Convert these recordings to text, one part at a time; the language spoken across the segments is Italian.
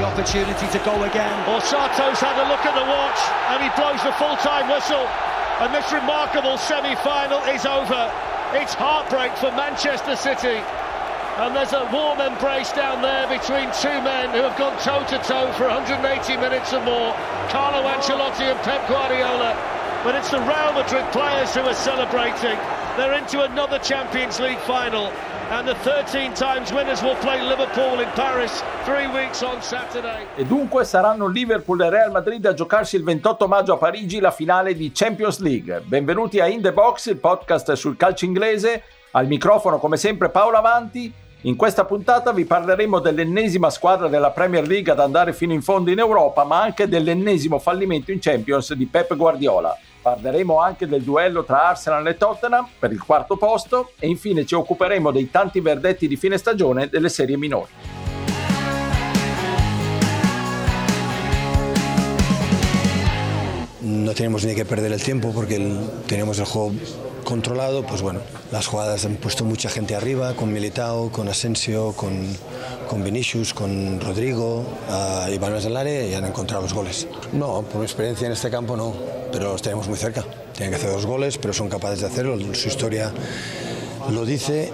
opportunity to go again. Orsato's had a look at the watch and he blows the full-time whistle, and this remarkable semi-final is over. It's heartbreak for Manchester City, and there's a warm embrace down there between two men who have gone toe-to-toe for 180 minutes or more, Carlo Ancelotti and Pep Guardiola. But it's the Real Madrid players who are celebrating. They're into another Champions League final, and the 13 times winners will play Liverpool in Paris 3 weeks on Saturday. E dunque saranno Liverpool e Real Madrid a giocarsi il 28 maggio a Parigi la finale di Champions League. Benvenuti a In The Box, il podcast sul calcio inglese. Al microfono come sempre Paolo Avanti. In questa puntata vi parleremo dell'ennesima squadra della Premier League ad andare fino in fondo in Europa, ma anche dell'ennesimo fallimento in Champions di Pep Guardiola. Parleremo anche del duello tra Arsenal e Tottenham per il quarto posto e infine ci occuperemo dei tanti verdetti di fine stagione delle serie minori. No tenemos ni que perder el tiempo porque tenemos el juego controlado. Pues bueno, las jugadas han puesto mucha gente arriba, con Militao, con Asensio, con Vinicius, con Rodrigo, y balones al área y han encontrado los goles. No, por mi experiencia en este campo no, pero los tenemos muy cerca. Tienen que hacer 2 goles, pero son capaces de hacerlo. Su historia lo dice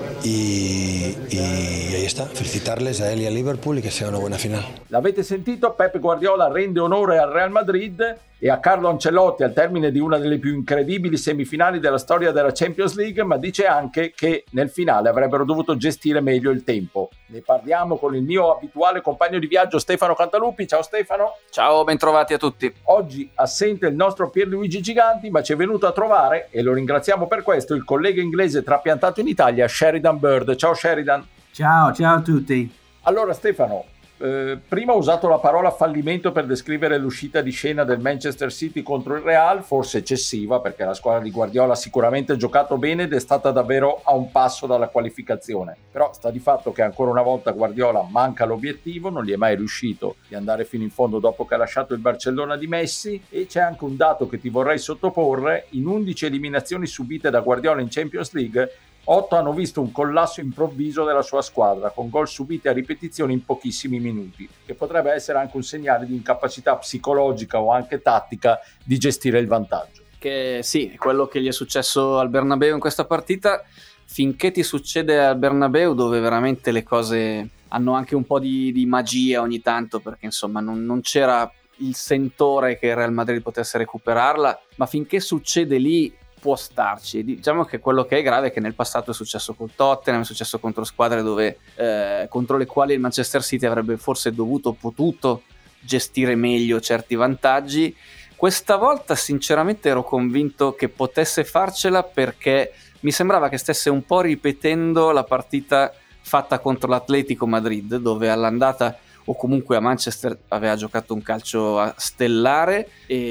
y ahí está. Felicitarles a él y a Liverpool y que sea una buena final. L'avete sentito? Pep Guardiola rende onore al Real Madrid e a Carlo Ancelotti al termine di una delle più incredibili semifinali della storia della Champions League, ma dice anche che nel finale avrebbero dovuto gestire meglio il tempo. Ne parliamo con il mio abituale compagno di viaggio Stefano Cantaluppi. Ciao Stefano. Ciao, bentrovati a tutti. Oggi assente il nostro Pierluigi Giganti, ma ci è venuto a trovare, e lo ringraziamo per questo, il collega inglese trapiantato in Italia, Sheridan Bird. Ciao Sheridan. Ciao a tutti. Allora Stefano, prima ho usato la parola fallimento per descrivere l'uscita di scena del Manchester City contro il Real, forse eccessiva perché la squadra di Guardiola ha sicuramente giocato bene ed è stata davvero a un passo dalla qualificazione. Però sta di fatto che ancora una volta Guardiola manca l'obiettivo, non gli è mai riuscito di andare fino in fondo dopo che ha lasciato il Barcellona di Messi, e c'è anche un dato che ti vorrei sottoporre: in 11 eliminazioni subite da Guardiola in Champions League, 8 hanno visto un collasso improvviso della sua squadra, con gol subiti a ripetizione in pochissimi minuti, che potrebbe essere anche un segnale di incapacità psicologica o anche tattica di gestire il vantaggio. Che sì, è quello che gli è successo al Bernabéu in questa partita. Finché ti succede al Bernabéu, dove veramente le cose hanno anche un po' di magia ogni tanto, perché insomma non c'era il sentore che il Real Madrid potesse recuperarla, ma finché succede lì può starci. Diciamo che quello che è grave è che nel passato è successo col Tottenham, è successo contro squadre dove contro le quali il Manchester City avrebbe forse potuto gestire meglio certi vantaggi. Questa volta sinceramente ero convinto che potesse farcela, perché mi sembrava che stesse un po' ripetendo la partita fatta contro l'Atletico Madrid, dove all'andata o comunque a Manchester aveva giocato un calcio stellare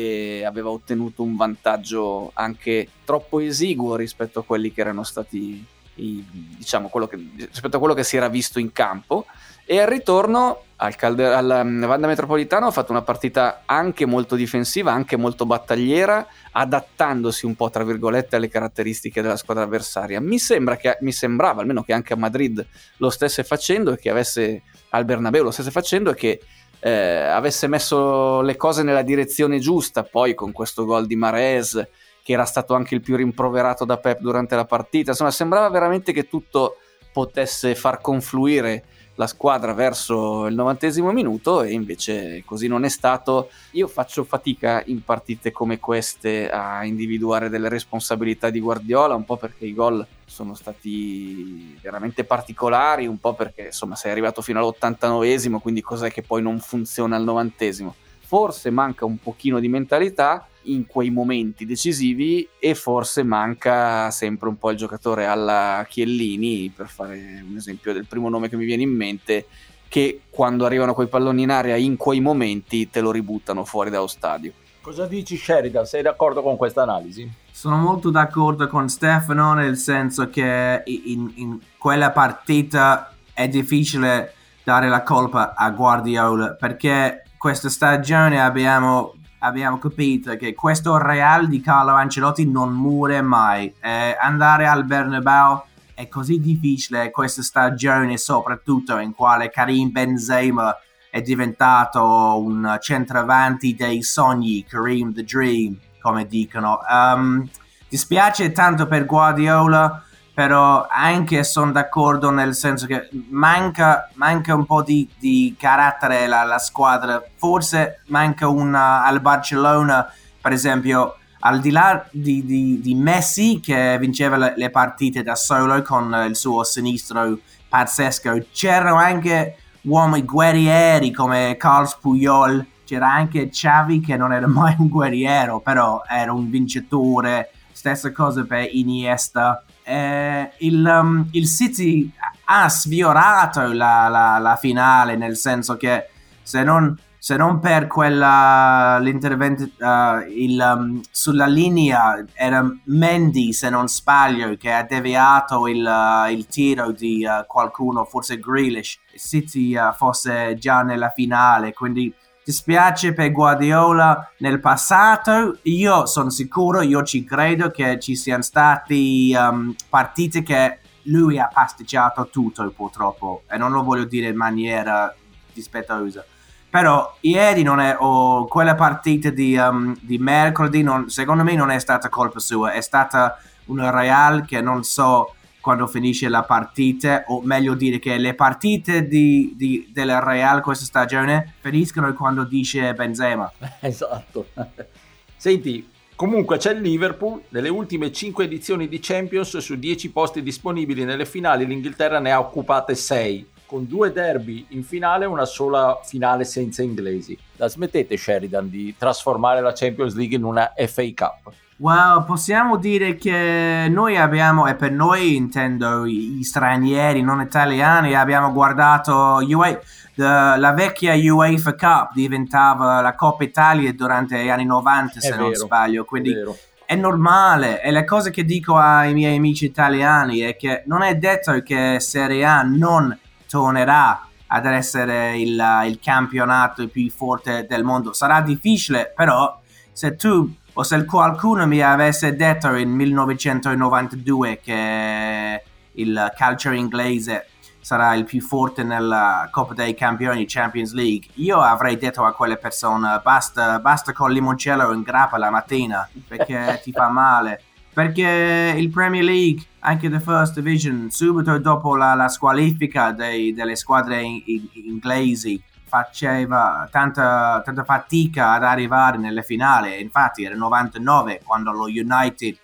e aveva ottenuto un vantaggio anche troppo esiguo rispetto a quelli che erano stati, diciamo, rispetto a quello che si era visto in campo. E al ritorno al Wanda Metropolitano ha fatto una partita anche molto difensiva, anche molto battagliera, adattandosi un po' tra virgolette alle caratteristiche della squadra avversaria. Mi sembrava almeno che anche a Madrid lo stesse facendo, e che al Bernabéu lo stesse facendo, e che avesse messo le cose nella direzione giusta. Poi con questo gol di Mahrez, che era stato anche il più rimproverato da Pep durante la partita, insomma sembrava veramente che tutto potesse far confluire la squadra verso il 90° minuto, e invece così non è stato. Io faccio fatica in partite come queste a individuare delle responsabilità di Guardiola, un po' perché i gol sono stati veramente particolari, un po' perché insomma sei arrivato fino all'89°, quindi cos'è che poi non funziona al 90°? Forse manca un pochino di mentalità in quei momenti decisivi, e forse manca sempre un po' il giocatore alla Chiellini, per fare un esempio del primo nome che mi viene in mente, che quando arrivano quei palloni in area in quei momenti te lo ributtano fuori dallo stadio. Cosa dici Sheridan? Sei d'accordo con questa analisi? Sono molto d'accordo con Stefano, nel senso che in quella partita è difficile dare la colpa a Guardiola, perché questa stagione abbiamo capito che questo Real di Carlo Ancelotti non muore mai. Andare al Bernabéu è così difficile questa stagione, soprattutto in quale Karim Benzema è diventato un centravanti dei sogni, Kareem the Dream, come dicono. Dispiace tanto per Guardiola, però anche sono d'accordo nel senso che manca un po' di carattere la squadra. Forse manca al Barcellona, per esempio, al di là di Messi che vinceva le partite da solo con il suo sinistro pazzesco, c'erano anche uomini guerrieri come Carles Puyol, c'era anche Xavi che non era mai un guerriero, però era un vincitore. Stessa cosa per Iniesta. Il City ha sfiorato la finale, nel senso che se non per l'intervento sulla linea era Mendy, se non sbaglio, che ha deviato il tiro di qualcuno, forse Grealish, City fosse già nella finale. Quindi dispiace per Guardiola. Nel passato io sono sicuro, io ci credo che ci siano stati partite che lui ha pasticciato tutto, purtroppo, e non lo voglio dire in maniera dispettosa, però ieri o quella partita di mercoledì secondo me non è stata colpa sua, è stata una Real che non so quando finisce la partita, o meglio dire che le partite della Real questa stagione finiscono quando dice Benzema. Esatto. Senti, comunque c'è il Liverpool. Nelle ultime 5 edizioni di Champions, su 10 posti disponibili nelle finali, l'Inghilterra ne ha occupate 6, con 2 derby in finale e una sola finale senza inglesi. La smettete, Sheridan, di trasformare la Champions League in una FA Cup? Well, possiamo dire che noi abbiamo, e per noi intendo gli stranieri non italiani, abbiamo guardato la vecchia UEFA Cup, diventava la Coppa Italia durante gli anni 90, se non sbaglio, quindi è normale. E la cosa che dico ai miei amici italiani è che non è detto che Serie A non tornerà ad essere il campionato più forte del mondo. Sarà difficile, però se qualcuno mi avesse detto in 1992 che il calcio inglese sarà il più forte nella Coppa dei Campioni, Champions League, io avrei detto a quelle persone basta con il limoncello in grappa la mattina, perché ti fa male. Perché il Premier League, anche the First Division, subito dopo la squalifica delle squadre inglesi, faceva tanta fatica ad arrivare nelle finali. Infatti era 99 quando lo United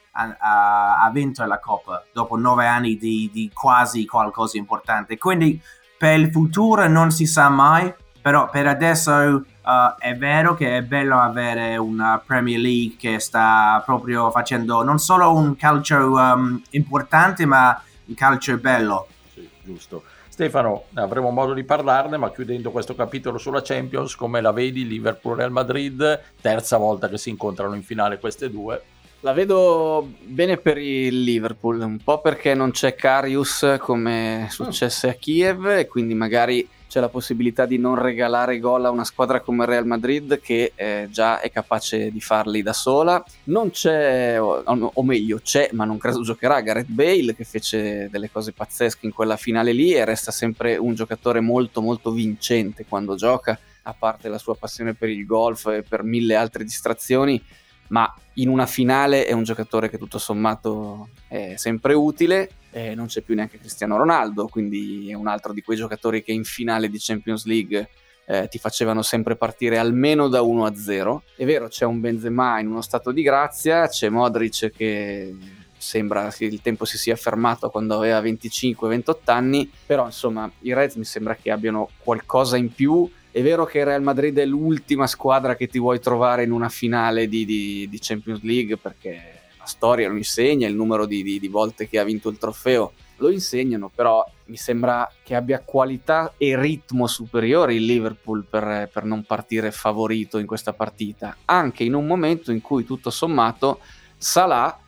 ha vinto la Coppa, dopo 9 anni di quasi qualcosa importante. Quindi per il futuro non si sa mai, però per adesso è vero che è bello avere una Premier League che sta proprio facendo non solo un calcio importante, ma un calcio bello. Sì, giusto. Stefano, avremo modo di parlarne, ma chiudendo questo capitolo sulla Champions, come la vedi Liverpool-Real Madrid? Terza volta che si incontrano in finale queste due. La vedo bene per il Liverpool, un po' perché non c'è Karius come successe a Kiev, e quindi magari c'è la possibilità di non regalare gol a una squadra come Real Madrid che già è capace di farli da sola. Non c'è, o meglio c'è, ma non credo giocherà, Gareth Bale, che fece delle cose pazzesche in quella finale lì e resta sempre un giocatore molto molto vincente quando gioca, a parte la sua passione per il golf e per 1000 altre distrazioni, ma in una finale è un giocatore che tutto sommato è sempre utile. Non c'è più neanche Cristiano Ronaldo, quindi è un altro di quei giocatori che in finale di Champions League ti facevano sempre partire almeno da 1-0. È vero, c'è un Benzema in uno stato di grazia, c'è Modric che sembra che il tempo si sia fermato quando aveva 25-28 anni, però insomma i Reds mi sembra che abbiano qualcosa in più. È vero che il Real Madrid è l'ultima squadra che ti vuoi trovare in una finale di Champions League, perché la storia lo insegna, il numero di volte che ha vinto il trofeo lo insegnano, però mi sembra che abbia qualità e ritmo superiori il Liverpool per non partire favorito in questa partita, anche in un momento in cui tutto sommato Salah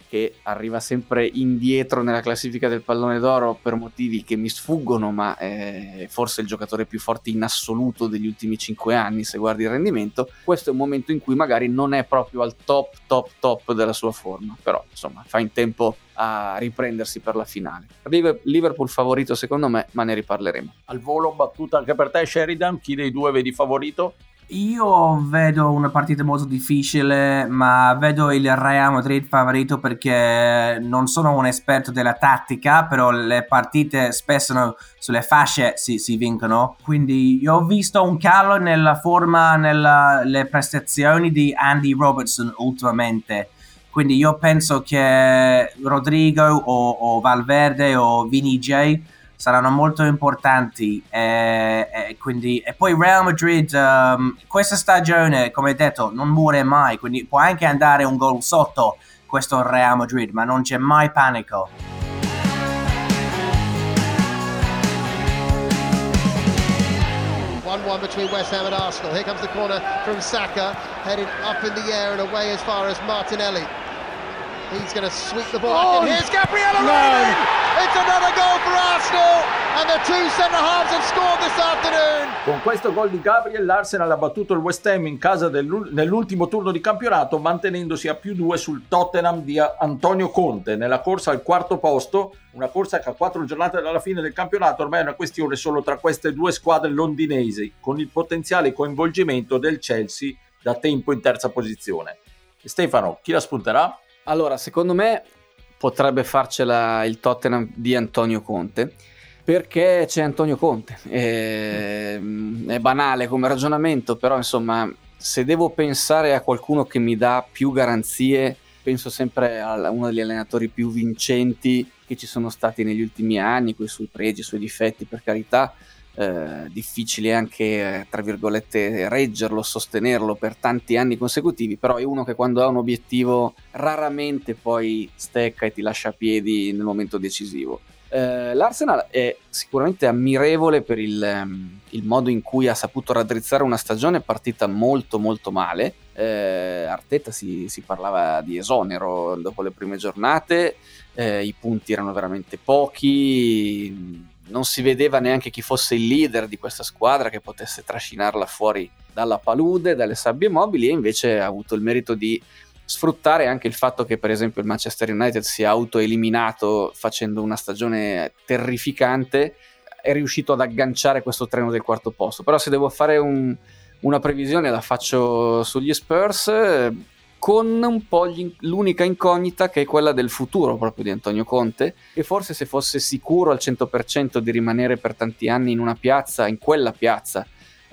che arriva sempre indietro nella classifica del pallone d'oro per motivi che mi sfuggono, ma è forse il giocatore più forte in assoluto degli ultimi 5 anni se guardi il rendimento. Questo è un momento in cui magari non è proprio al top della sua forma, però insomma fa in tempo a riprendersi per la finale. Liverpool favorito secondo me, ma ne riparleremo. Al volo battuta anche per te, Sheridan, chi dei due vedi favorito? Io vedo una partita molto difficile, ma vedo il Real Madrid favorito perché non sono un esperto della tattica, però le partite spesso sulle fasce si vincono. Quindi io ho visto un calo nella forma, nelle prestazioni di Andy Robertson ultimamente. Quindi io penso che Rodrigo o Valverde o Vini J saranno molto importanti e poi Real Madrid questa stagione, come detto, non muore mai, quindi può anche andare un gol sotto questo Real Madrid, ma non c'è mai panico. 1-1 between West Ham and Arsenal. Here comes the corner from Saka, headed up in the air and away as far as Martinelli. He's going to sweep the ball. And here's Gabriel arriving! It's another goal for Arsenal! And the two centre-halves have scored this afternoon! Con questo gol di Gabriel, l'Arsenal ha battuto il West Ham in casa nell'ultimo turno di campionato, mantenendosi a +2 sul Tottenham di Antonio Conte nella corsa al quarto posto, una corsa che a 4 giornate dalla fine del campionato ormai è una questione solo tra queste due squadre londinesi, con il potenziale coinvolgimento del Chelsea da tempo in terza posizione. Stefano, chi la spunterà? Allora, secondo me potrebbe farcela il Tottenham di Antonio Conte, perché c'è Antonio Conte. È banale come ragionamento, però insomma, se devo pensare a qualcuno che mi dà più garanzie, penso sempre a uno degli allenatori più vincenti che ci sono stati negli ultimi anni, con i suoi pregi, i suoi difetti, per carità. Difficile anche tra virgolette reggerlo, sostenerlo per tanti anni consecutivi, però è uno che quando ha un obiettivo raramente poi stecca e ti lascia a piedi nel momento decisivo. L'Arsenal è sicuramente ammirevole per il modo in cui ha saputo raddrizzare una stagione partita molto molto male. Arteta si parlava di esonero dopo le prime giornate, i punti erano veramente pochi, non si vedeva neanche chi fosse il leader di questa squadra che potesse trascinarla fuori dalla palude, dalle sabbie mobili, e invece ha avuto il merito di sfruttare anche il fatto che per esempio il Manchester United si è autoeliminato facendo una stagione terrificante, è riuscito ad agganciare questo treno del quarto posto. Però se devo fare una previsione la faccio sugli Spurs, con un po' l'unica incognita che è quella del futuro proprio di Antonio Conte, che forse se fosse sicuro al 100% di rimanere per tanti anni in quella piazza,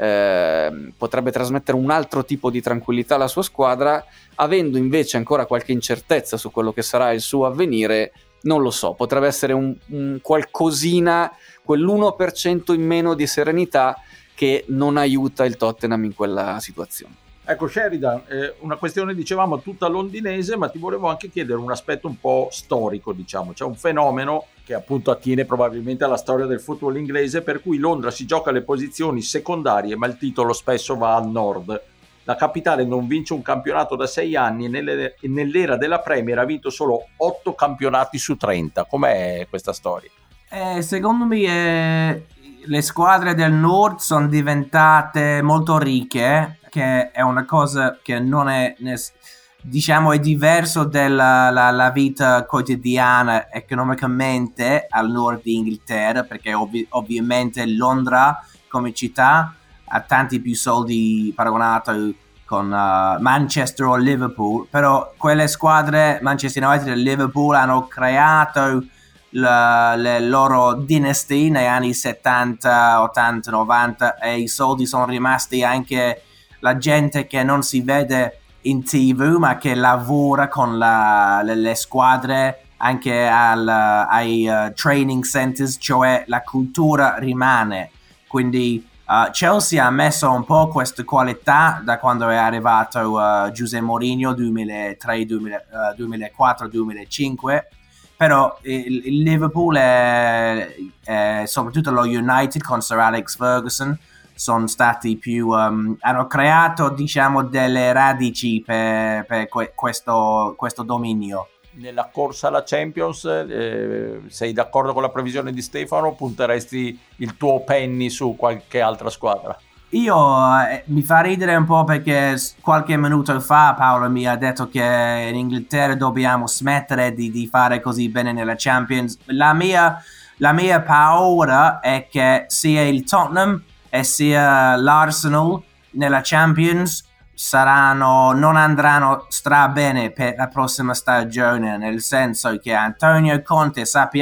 potrebbe trasmettere un altro tipo di tranquillità alla sua squadra. Avendo invece ancora qualche incertezza su quello che sarà il suo avvenire, non lo so, potrebbe essere un qualcosina, quell'1% in meno di serenità che non aiuta il Tottenham in quella situazione. Ecco Sheridan, una questione dicevamo tutta londinese, ma ti volevo anche chiedere un aspetto un po' storico, diciamo. C'è un fenomeno che appunto attiene probabilmente alla storia del football inglese, per cui Londra si gioca alle posizioni secondarie, ma il titolo spesso va al nord. La capitale non vince un campionato da 6 anni e nell'era della Premier ha vinto solo 8 campionati su 30. Com'è questa storia? Secondo me le squadre del nord sono diventate molto ricche, che è una cosa che non è, diciamo, è diverso dalla vita quotidiana economicamente al nord di Inghilterra, perché ovviamente Londra come città ha tanti più soldi paragonato con Manchester o Liverpool, però quelle squadre, Manchester United e Liverpool, hanno creato le loro dinastie negli anni 70, 80, 90 e i soldi sono rimasti anche la gente che non si vede in TV ma che lavora con le squadre anche ai training centers, cioè la cultura rimane. Quindi Chelsea ha messo un po' questa qualità da quando è arrivato José Mourinho 2003, 2004, 2005. Però il Liverpool e soprattutto lo United con Sir Alex Ferguson sono stati più hanno creato, diciamo, delle radici per questo dominio. nella corsa alla Champions, sei d'accordo con la previsione di Stefano o punteresti il tuo penny su qualche altra squadra? Io mi fa ridere un po' perché qualche minuto fa Paolo mi ha detto che in Inghilterra dobbiamo smettere di fare così bene nella Champions. La mia paura è che sia il Tottenham e sia l'Arsenal nella Champions non andranno stra bene per la prossima stagione, nel senso che Antonio Conte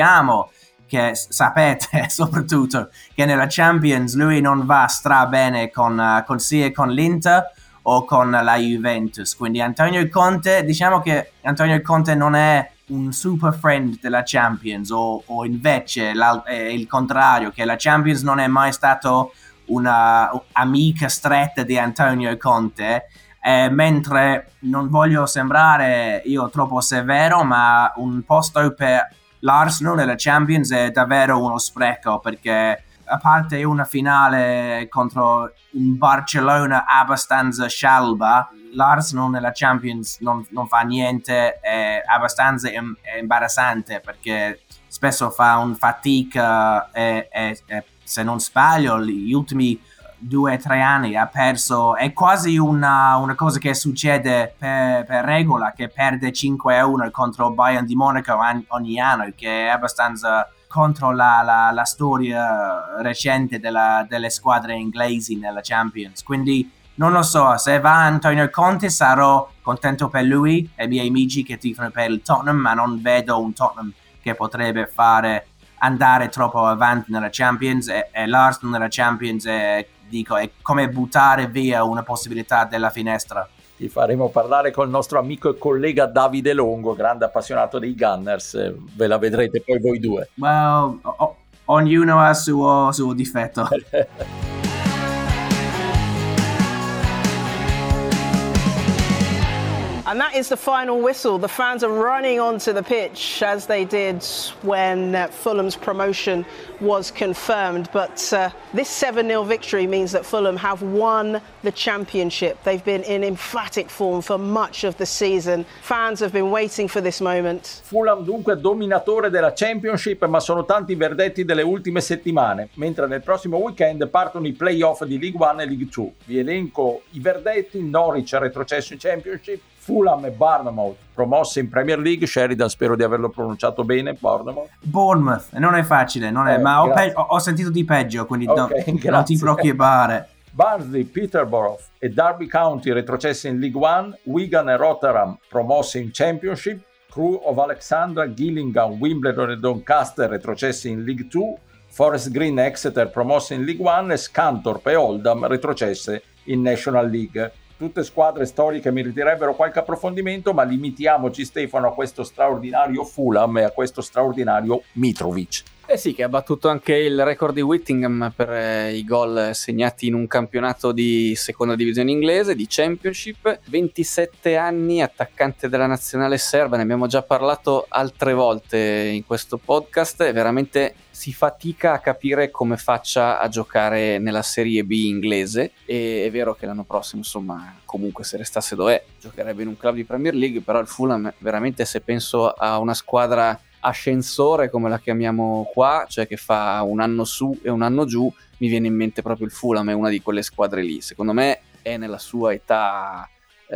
sapete soprattutto che nella Champions lui non va stra bene sia con l'Inter o con la Juventus, quindi diciamo che Antonio Conte non è un super friend della Champions o invece il contrario, che la Champions non è mai stato una amica stretta di Antonio Conte, mentre non voglio sembrare io troppo severo, ma un posto per l'Arsenal nella Champions è davvero uno spreco, perché a parte una finale contro un Barcellona abbastanza scialba, l'Arsenal nella Champions non fa niente, è abbastanza imbarazzante perché spesso fa un fatica e se non sbaglio gli ultimi 2 o 3 anni ha perso, è quasi una cosa che succede per regola, che perde 5-1 contro Bayern di Monaco ogni anno, che è abbastanza contro la storia recente delle squadre inglesi nella Champions. Quindi non lo so, se va Antonio Conte sarò contento per lui e i miei amici che tifano per il Tottenham, ma non vedo un Tottenham che potrebbe andare troppo avanti nella Champions, e l'Arsenal nella Champions è come buttare via una possibilità della finestra. Ti faremo parlare col nostro amico e collega Davide Longo, grande appassionato dei Gunners, ve la vedrete poi voi due. Well, ognuno ha il suo difetto. And that is the final whistle. The fans are running onto the pitch as they did when Fulham's promotion was confirmed. But this 7-0 victory means that Fulham have won the championship. They've been in emphatic form for much of the season. Fans have been waiting for this moment. Fulham dunque dominatore della Championship, ma sono tanti i verdetti delle ultime settimane, mentre nel prossimo weekend partono i playoff di League One e League Two. Vi elenco i verdetti: Norwich retrocesso in Championship, Fulham e Bournemouth promosse in Premier League. Sheridan, spero di averlo pronunciato bene. Bournemouth non è facile, ma ho sentito di peggio, quindi non ti preoccupare. Barnsley, Peterborough e Derby County retrocessi in League One, Wigan e Rotherham promosse in Championship, Crew of Alexandra, Gillingham, Wimbledon e Doncaster retrocessi in League Two, Forest Green e Exeter promosse in League One e Scunthorpe e Oldham retrocesse in National League. Tutte squadre storiche meriterebbero qualche approfondimento, ma limitiamoci, Stefano, a questo straordinario Fulham e a questo straordinario Mitrovic. Sì, che ha battuto anche il record di Whittingham per i gol segnati in un campionato di seconda divisione inglese, di Championship. 27 anni, attaccante della nazionale serba, ne abbiamo già parlato altre volte in questo podcast, e veramente si fatica a capire come faccia a giocare nella Serie B inglese. E è vero che l'anno prossimo, insomma, comunque se restasse dov'è, giocherebbe in un club di Premier League, però il Fulham veramente, se penso a una squadra ascensore come la chiamiamo qua, cioè che fa un anno su e un anno giù, mi viene in mente proprio il Fulham, è una di quelle squadre lì. Secondo me è nella sua età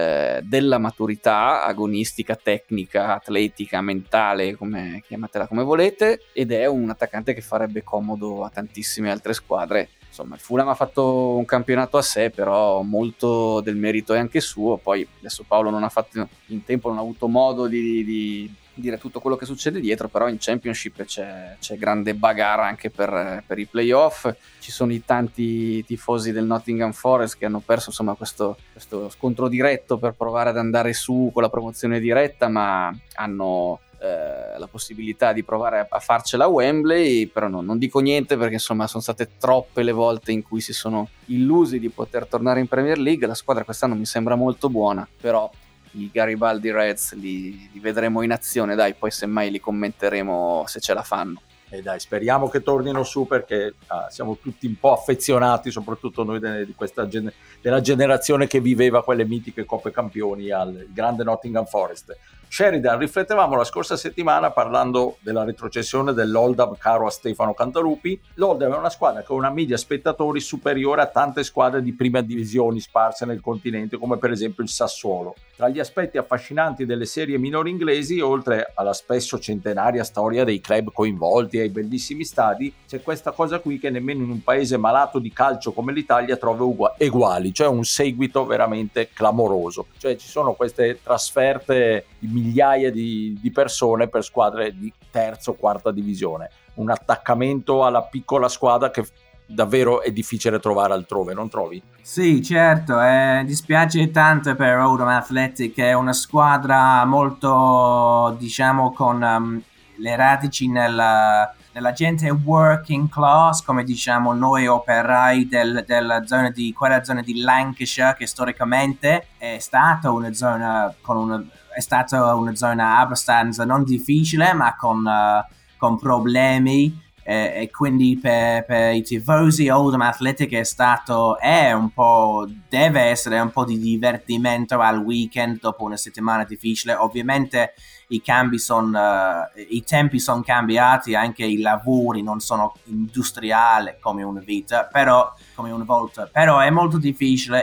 della maturità agonistica, tecnica, atletica, mentale, chiamatela come volete, ed è un attaccante che farebbe comodo a tantissime altre squadre. Insomma, il Fulham ha fatto un campionato a sé, però molto del merito è anche suo. Poi adesso Paolo non ha fatto in tempo, non ha avuto modo di dire tutto quello che succede dietro, però in Championship c'è grande bagarre anche per i playoff. Ci sono i tanti tifosi del Nottingham Forest che hanno perso, insomma, questo scontro diretto per provare ad andare su con la promozione diretta, ma hanno la possibilità di provare a farcela a Wembley. Però non dico niente, perché insomma sono state troppe le volte in cui si sono illusi di poter tornare in Premier League. La squadra quest'anno mi sembra molto buona, però i Garibaldi Reds li vedremo in azione, dai, poi semmai li commenteremo se ce la fanno. E dai, speriamo che tornino su, perché siamo tutti un po' affezionati, soprattutto noi di questa della generazione che viveva quelle mitiche Coppe Campioni al grande Nottingham Forest. Sheridan, riflettevamo la scorsa settimana parlando della retrocessione dell'Oldham caro a Stefano Cantalupi. L'Oldham è una squadra che ha una media spettatori superiore a tante squadre di prima divisione sparse nel continente, come per esempio il Sassuolo. Tra gli aspetti affascinanti delle serie minori inglesi, oltre alla spesso centenaria storia dei club coinvolti e ai bellissimi stadi, c'è questa cosa qui che nemmeno in un paese malato di calcio come l'Italia trova uguali, cioè un seguito veramente clamoroso. Cioè ci sono queste trasferte di migliaia di persone per squadre di terza o quarta divisione, un attaccamento alla piccola squadra che davvero è difficile trovare altrove, non trovi? Sì, certo, dispiace tanto per Oldham Athletic, che è una squadra molto, diciamo, con le radici nella gente working class, come diciamo noi operai della zona di quella zona di Lancashire, che storicamente è stata una zona abbastanza non difficile, ma con problemi. E quindi per i tifosi Oldham Athletic deve essere un po' di divertimento al weekend dopo una settimana difficile. Ovviamente i tempi sono cambiati, anche i lavori non sono industriali come una volta, però è molto difficile.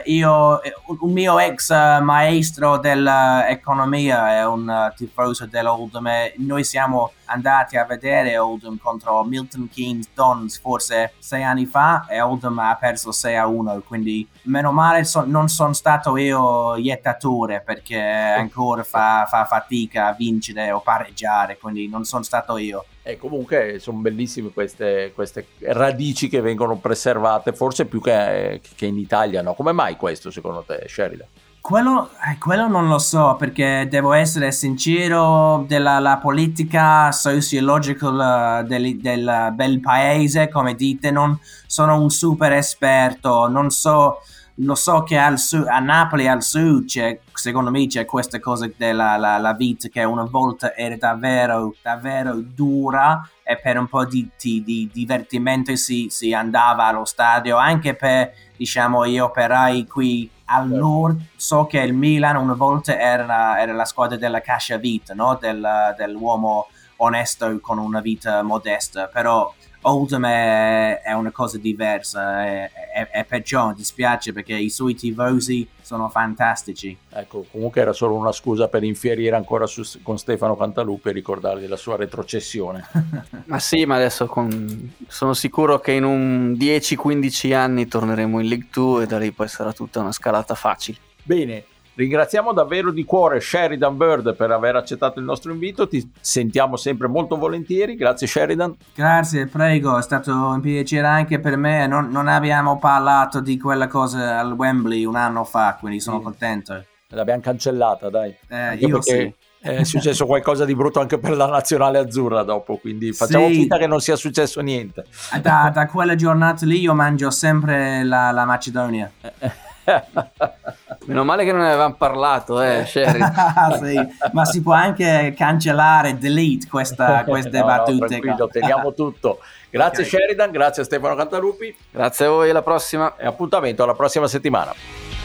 Un mio ex maestro dell'economia è un tifoso dell'Oldham, e noi siamo andati a vedere Oldham contro Milton Keynes Dons forse 6 anni fa, e Oldham ha perso 6-1, quindi meno male non sono stato io iettatore, perché ancora fa fatica a vincere o pareggiare, quindi non sono stato io. E comunque sono bellissime queste radici che vengono preservate, forse più che in Italia, no? Come mai questo secondo te, Sheridan? Quello non lo so, perché devo essere sincero, della politica sociologica del bel paese, come dite, non sono un super esperto, non so. Lo so che a Napoli al sud secondo me c'è questa cosa della vita che una volta era davvero davvero dura, e per un po' di divertimento si andava allo stadio, anche per, diciamo, gli operai qui al nord. So che il Milan una volta era la squadra della cascia vita, no? Dell'uomo onesto con una vita modesta, però Oldham è una cosa diversa, è perciò mi dispiace, perché i suoi tifosi sono fantastici. Ecco, comunque era solo una scusa per infierire ancora con Stefano Cantalupi e ricordargli la sua retrocessione. Ma sì, ma adesso sono sicuro che in un 10-15 anni torneremo in League 2 e da lì poi sarà tutta una scalata facile. Bene. Ringraziamo davvero di cuore Sheridan Bird per aver accettato il nostro invito, ti sentiamo sempre molto volentieri, grazie Sheridan. Grazie, prego, è stato un piacere anche per me, non abbiamo parlato di quella cosa al Wembley un anno fa, quindi sono contento. L'abbiamo cancellata, dai. Io sì. È successo qualcosa di brutto anche per la nazionale azzurra dopo, quindi facciamo finta che non sia successo niente. Da quella giornata lì io mangio sempre la Macedonia. Meno male che non ne avevamo parlato, Sherry. Sì, ma si può anche cancellare, delete queste battute. No, tranquillo, teniamo tutto. Grazie okay. Sheridan, grazie a Stefano Cantalupi. Grazie a voi, alla prossima. E appuntamento alla prossima settimana.